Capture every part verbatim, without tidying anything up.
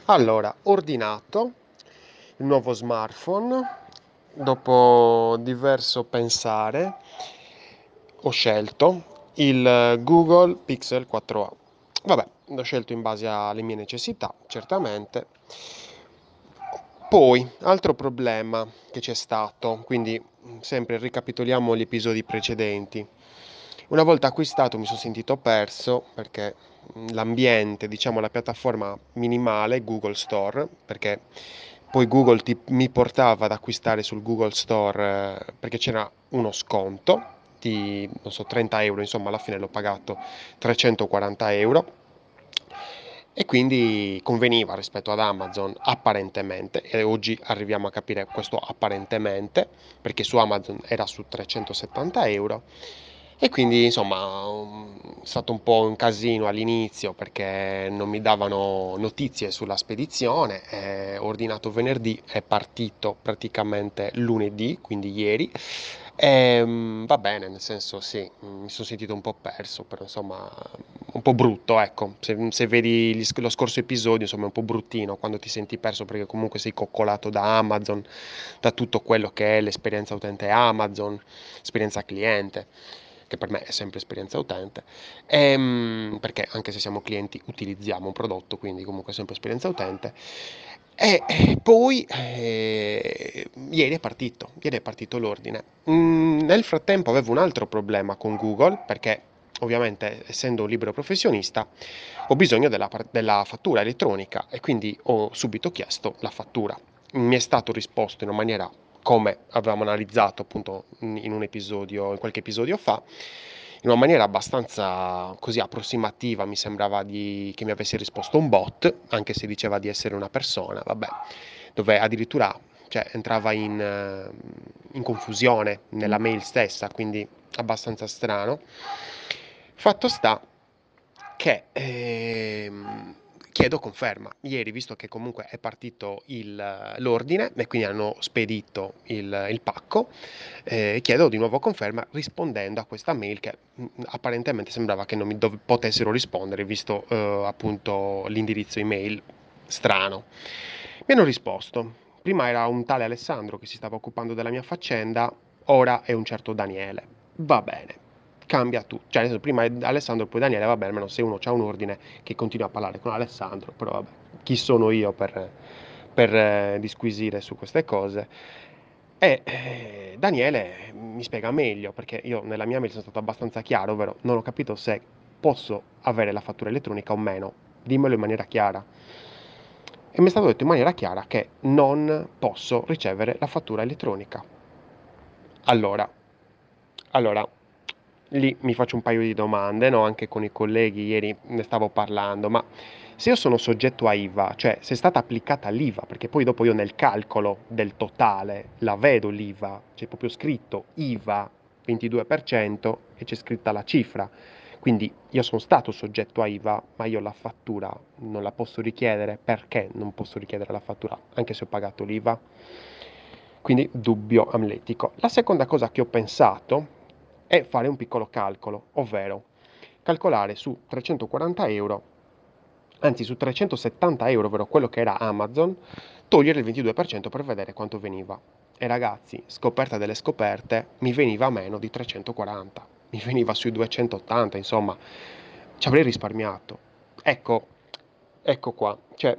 Allora, ordinato il nuovo smartphone, dopo diverso pensare, ho scelto il Google Pixel quattro a. Vabbè, l'ho scelto in base alle mie necessità, certamente. Poi, altro problema che c'è stato, quindi mh, sempre ricapitoliamo gli episodi precedenti. Una volta acquistato mi sono sentito perso perché mh, l'ambiente, diciamo la piattaforma minimale, Google Store, perché poi Google ti- mi portava ad acquistare sul Google Store eh, perché c'era uno sconto di, non so, trenta euro, insomma alla fine l'ho pagato trecentoquaranta euro e quindi conveniva rispetto ad Amazon apparentemente, e oggi arriviamo a capire questo apparentemente, perché su Amazon era su trecentosettanta euro. E quindi insomma um, è stato un po' un casino all'inizio perché non mi davano notizie sulla spedizione. Eh, ho ordinato venerdì, è partito praticamente lunedì, quindi ieri. E, mm, va bene, nel senso sì, mm, mi sono sentito un po' perso, però insomma un po' brutto, ecco. Se, se vedi gli sc- lo scorso episodio, insomma è un po' bruttino quando ti senti perso perché comunque sei coccolato da Amazon, da tutto quello che è l'esperienza utente Amazon, esperienza cliente, che per me è sempre esperienza utente, ehm, perché anche se siamo clienti utilizziamo un prodotto, quindi comunque è sempre esperienza utente. E eh, poi eh, ieri è partito, ieri è partito l'ordine. Mm, nel frattempo avevo un altro problema con Google, perché ovviamente essendo un libero professionista ho bisogno della, par- della fattura elettronica e quindi ho subito chiesto la fattura. Mi è stato risposto in una maniera come avevamo analizzato appunto in un episodio, in qualche episodio fa, in una maniera abbastanza così approssimativa, mi sembrava di, che mi avesse risposto un bot, anche se diceva di essere una persona, vabbè, dove addirittura cioè, entrava in, eh, in confusione nella mail stessa, quindi abbastanza strano. Fatto sta che ehm, chiedo conferma. Ieri, visto che comunque è partito il- l'ordine e quindi hanno spedito il, il pacco, eh, chiedo di nuovo conferma rispondendo a questa mail che mh, apparentemente sembrava che non mi dov- potessero rispondere, visto eh, appunto l'indirizzo email strano. Mi hanno risposto. Prima era un tale Alessandro che si stava occupando della mia faccenda, ora è un certo Daniele. Va bene, cambia tutto. Cioè, nel senso, prima è Alessandro, poi Daniele, va bene, almeno se uno ha un ordine che continua a parlare con Alessandro, però vabbè, chi sono io per, per eh, disquisire su queste cose? E eh, Daniele mi spiega meglio, perché io nella mia mail sono stato abbastanza chiaro, ovvero non ho capito se posso avere la fattura elettronica o meno. Dimmelo in maniera chiara. E mi è stato detto in maniera chiara che non posso ricevere la fattura elettronica. Allora, allora, lì mi faccio un paio di domande, no? Anche con i colleghi ieri ne stavo parlando, ma se io sono soggetto a I V A, cioè se è stata applicata l'I V A, perché poi dopo io nel calcolo del totale la vedo l'I V A, c'è proprio scritto I V A ventidue per cento e c'è scritta la cifra. Quindi io sono stato soggetto a I V A, ma io la fattura non la posso richiedere. Perché non posso richiedere la fattura, anche se ho pagato l'I V A? Quindi dubbio amletico. La seconda cosa che ho pensato è fare un piccolo calcolo, ovvero calcolare su trecentoquaranta euro, anzi su trecentosettanta euro, ovvero quello che era Amazon, togliere il ventidue per cento per vedere quanto veniva. E ragazzi, scoperta delle scoperte, mi veniva meno di trecentoquaranta, mi veniva sui duecentottanta, insomma, ci avrei risparmiato. Ecco, ecco qua, cioè,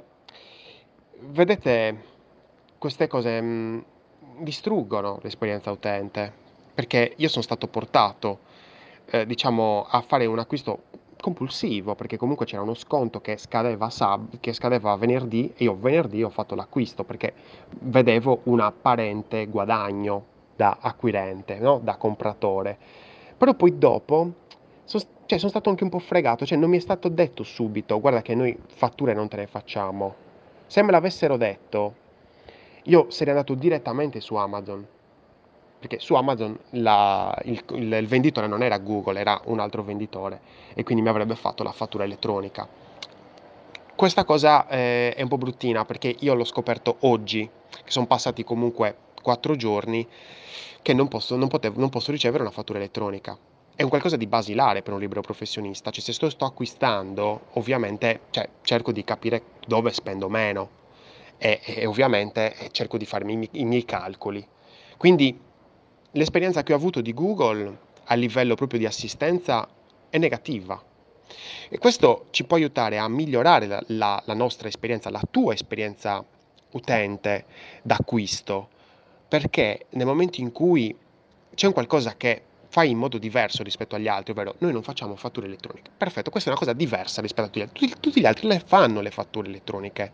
vedete, queste cose mh, distruggono l'esperienza utente, perché io sono stato portato, eh, diciamo, a fare un acquisto compulsivo, perché comunque c'era uno sconto che scadeva, sab- che scadeva venerdì e io venerdì ho fatto l'acquisto perché vedevo un apparente guadagno da acquirente, no? Da compratore. Però poi dopo sono, cioè, sono stato anche un po' fregato, cioè non mi è stato detto subito, guarda che noi fatture non te ne facciamo. Se me l'avessero detto, io sarei andato direttamente su Amazon, perché su Amazon la- il, il- il venditore non era Google, era un altro venditore e quindi mi avrebbe fatto la fattura elettronica. Questa cosa eh, è un po' bruttina perché io l'ho scoperto oggi, che sono passati comunque quattro giorni, che non posso, non potevo- non posso ricevere una fattura elettronica. è un qualcosa di basilare per un libero professionista, cioè se sto, sto acquistando, ovviamente, cioè, cerco di capire dove spendo meno e, e ovviamente eh, cerco di farmi i, mi- i miei calcoli. Quindi l'esperienza che ho avuto di Google a livello proprio di assistenza è negativa. E questo ci può aiutare a migliorare la, la- la nostra esperienza, la tua esperienza utente d'acquisto, perché nel momento in cui c'è un qualcosa che fai in modo diverso rispetto agli altri, ovvero noi non facciamo fatture elettroniche. Perfetto, questa è una cosa diversa rispetto a tutti gli altri. Tutti, tutti gli altri le fanno le fatture elettroniche.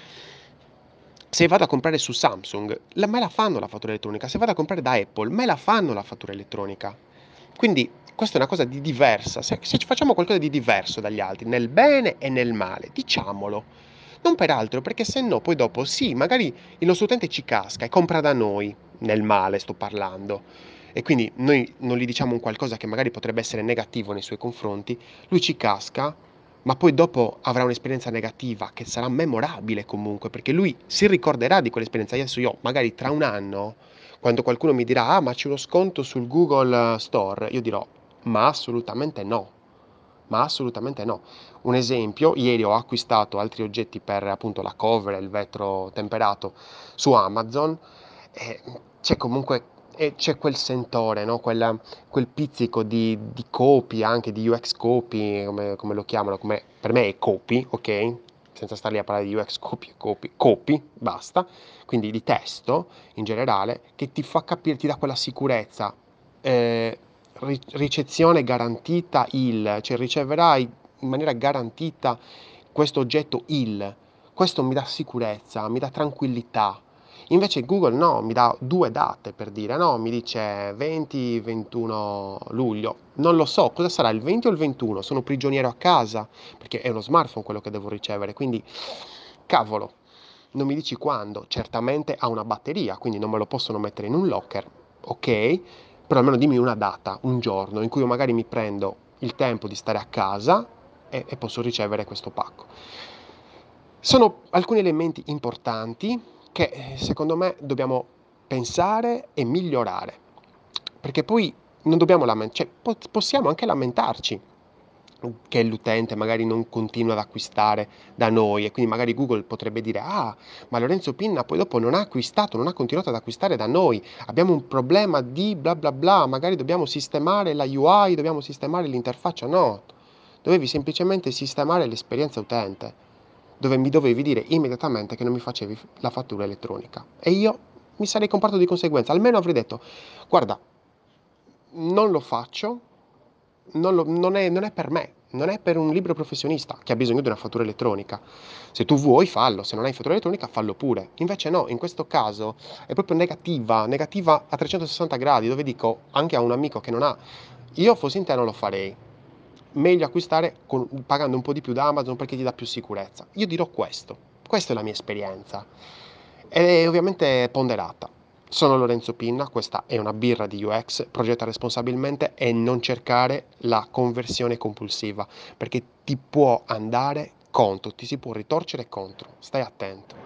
Se vado a comprare su Samsung, la- me la fanno la fattura elettronica. Se vado a comprare da Apple, me la fanno la fattura elettronica. Quindi questa è una cosa di diversa. Se, se ci facciamo qualcosa di diverso dagli altri, nel bene e nel male, diciamolo. Non per altro, perché se no poi dopo sì, magari il nostro utente ci casca e compra da noi, nel male sto parlando. E quindi noi non gli diciamo un qualcosa che magari potrebbe essere negativo nei suoi confronti, lui ci casca, ma poi dopo avrà un'esperienza negativa che sarà memorabile comunque, perché lui si ricorderà di quell'esperienza. Adesso io, magari tra un anno, quando qualcuno mi dirà, ah, ma c'è uno sconto sul Google Store, io dirò, ma assolutamente no. Ma assolutamente no. Un esempio, ieri ho acquistato altri oggetti per appunto la cover e il vetro temperato su Amazon e c'è comunque e c'è quel sentore, no? Quella- quel pizzico di, di copy, anche di U X copy, come, come lo chiamano, come, per me è copy, ok? Senza stare lì a parlare di U X copy, copy, copy, basta. Quindi di testo in generale, che ti fa capire, ti dà quella sicurezza. Eh, ri- ricezione garantita il, cioè riceverai in maniera garantita questo oggetto il. Questo mi dà sicurezza, mi dà tranquillità. Invece Google no, mi dà due date per dire, no, mi dice venti ventuno luglio. Non lo so, cosa sarà il venti o il ventuno? Sono prigioniero a casa, perché è uno smartphone quello che devo ricevere, quindi cavolo, non mi dici quando. Certamente ha una batteria, quindi non me lo possono mettere in un locker, ok? Però almeno dimmi una data, un giorno in cui io magari mi prendo il tempo di stare a casa e, e posso ricevere questo pacco. Sono alcuni elementi importanti che eh, secondo me dobbiamo pensare e migliorare, perché poi non dobbiamo lamentarci, cioè, po- possiamo anche lamentarci che l'utente magari non continua ad acquistare da noi e quindi magari Google potrebbe dire ah, ma Lorenzo Pinna poi dopo non ha acquistato, non ha continuato ad acquistare da noi, abbiamo un problema di bla bla bla, magari dobbiamo sistemare la U I, dobbiamo sistemare l'interfaccia, no, dovevi semplicemente sistemare l'esperienza utente, dove mi dovevi dire immediatamente che non mi facevi la fattura elettronica e io mi sarei comportato di conseguenza, almeno avrei detto guarda, non lo faccio, non, lo- non è, non è per me, non è per un libero professionista che ha bisogno di una fattura elettronica. Se tu vuoi, fallo, se non hai fattura elettronica, fallo pure. Invece no, in questo caso è proprio negativa, negativa a trecentosessanta gradi, dove dico anche a un amico che non ha, io fossi in te non lo farei. Meglio acquistare con- pagando un po' di più da Amazon perché ti dà più sicurezza. Io dirò questo, questa è la mia esperienza. Ed è ovviamente ponderata. Sono Lorenzo Pinna, questa è una birra di U X, progetta responsabilmente e non cercare la conversione compulsiva, perché ti può andare contro, ti si può ritorcere contro, stai attento.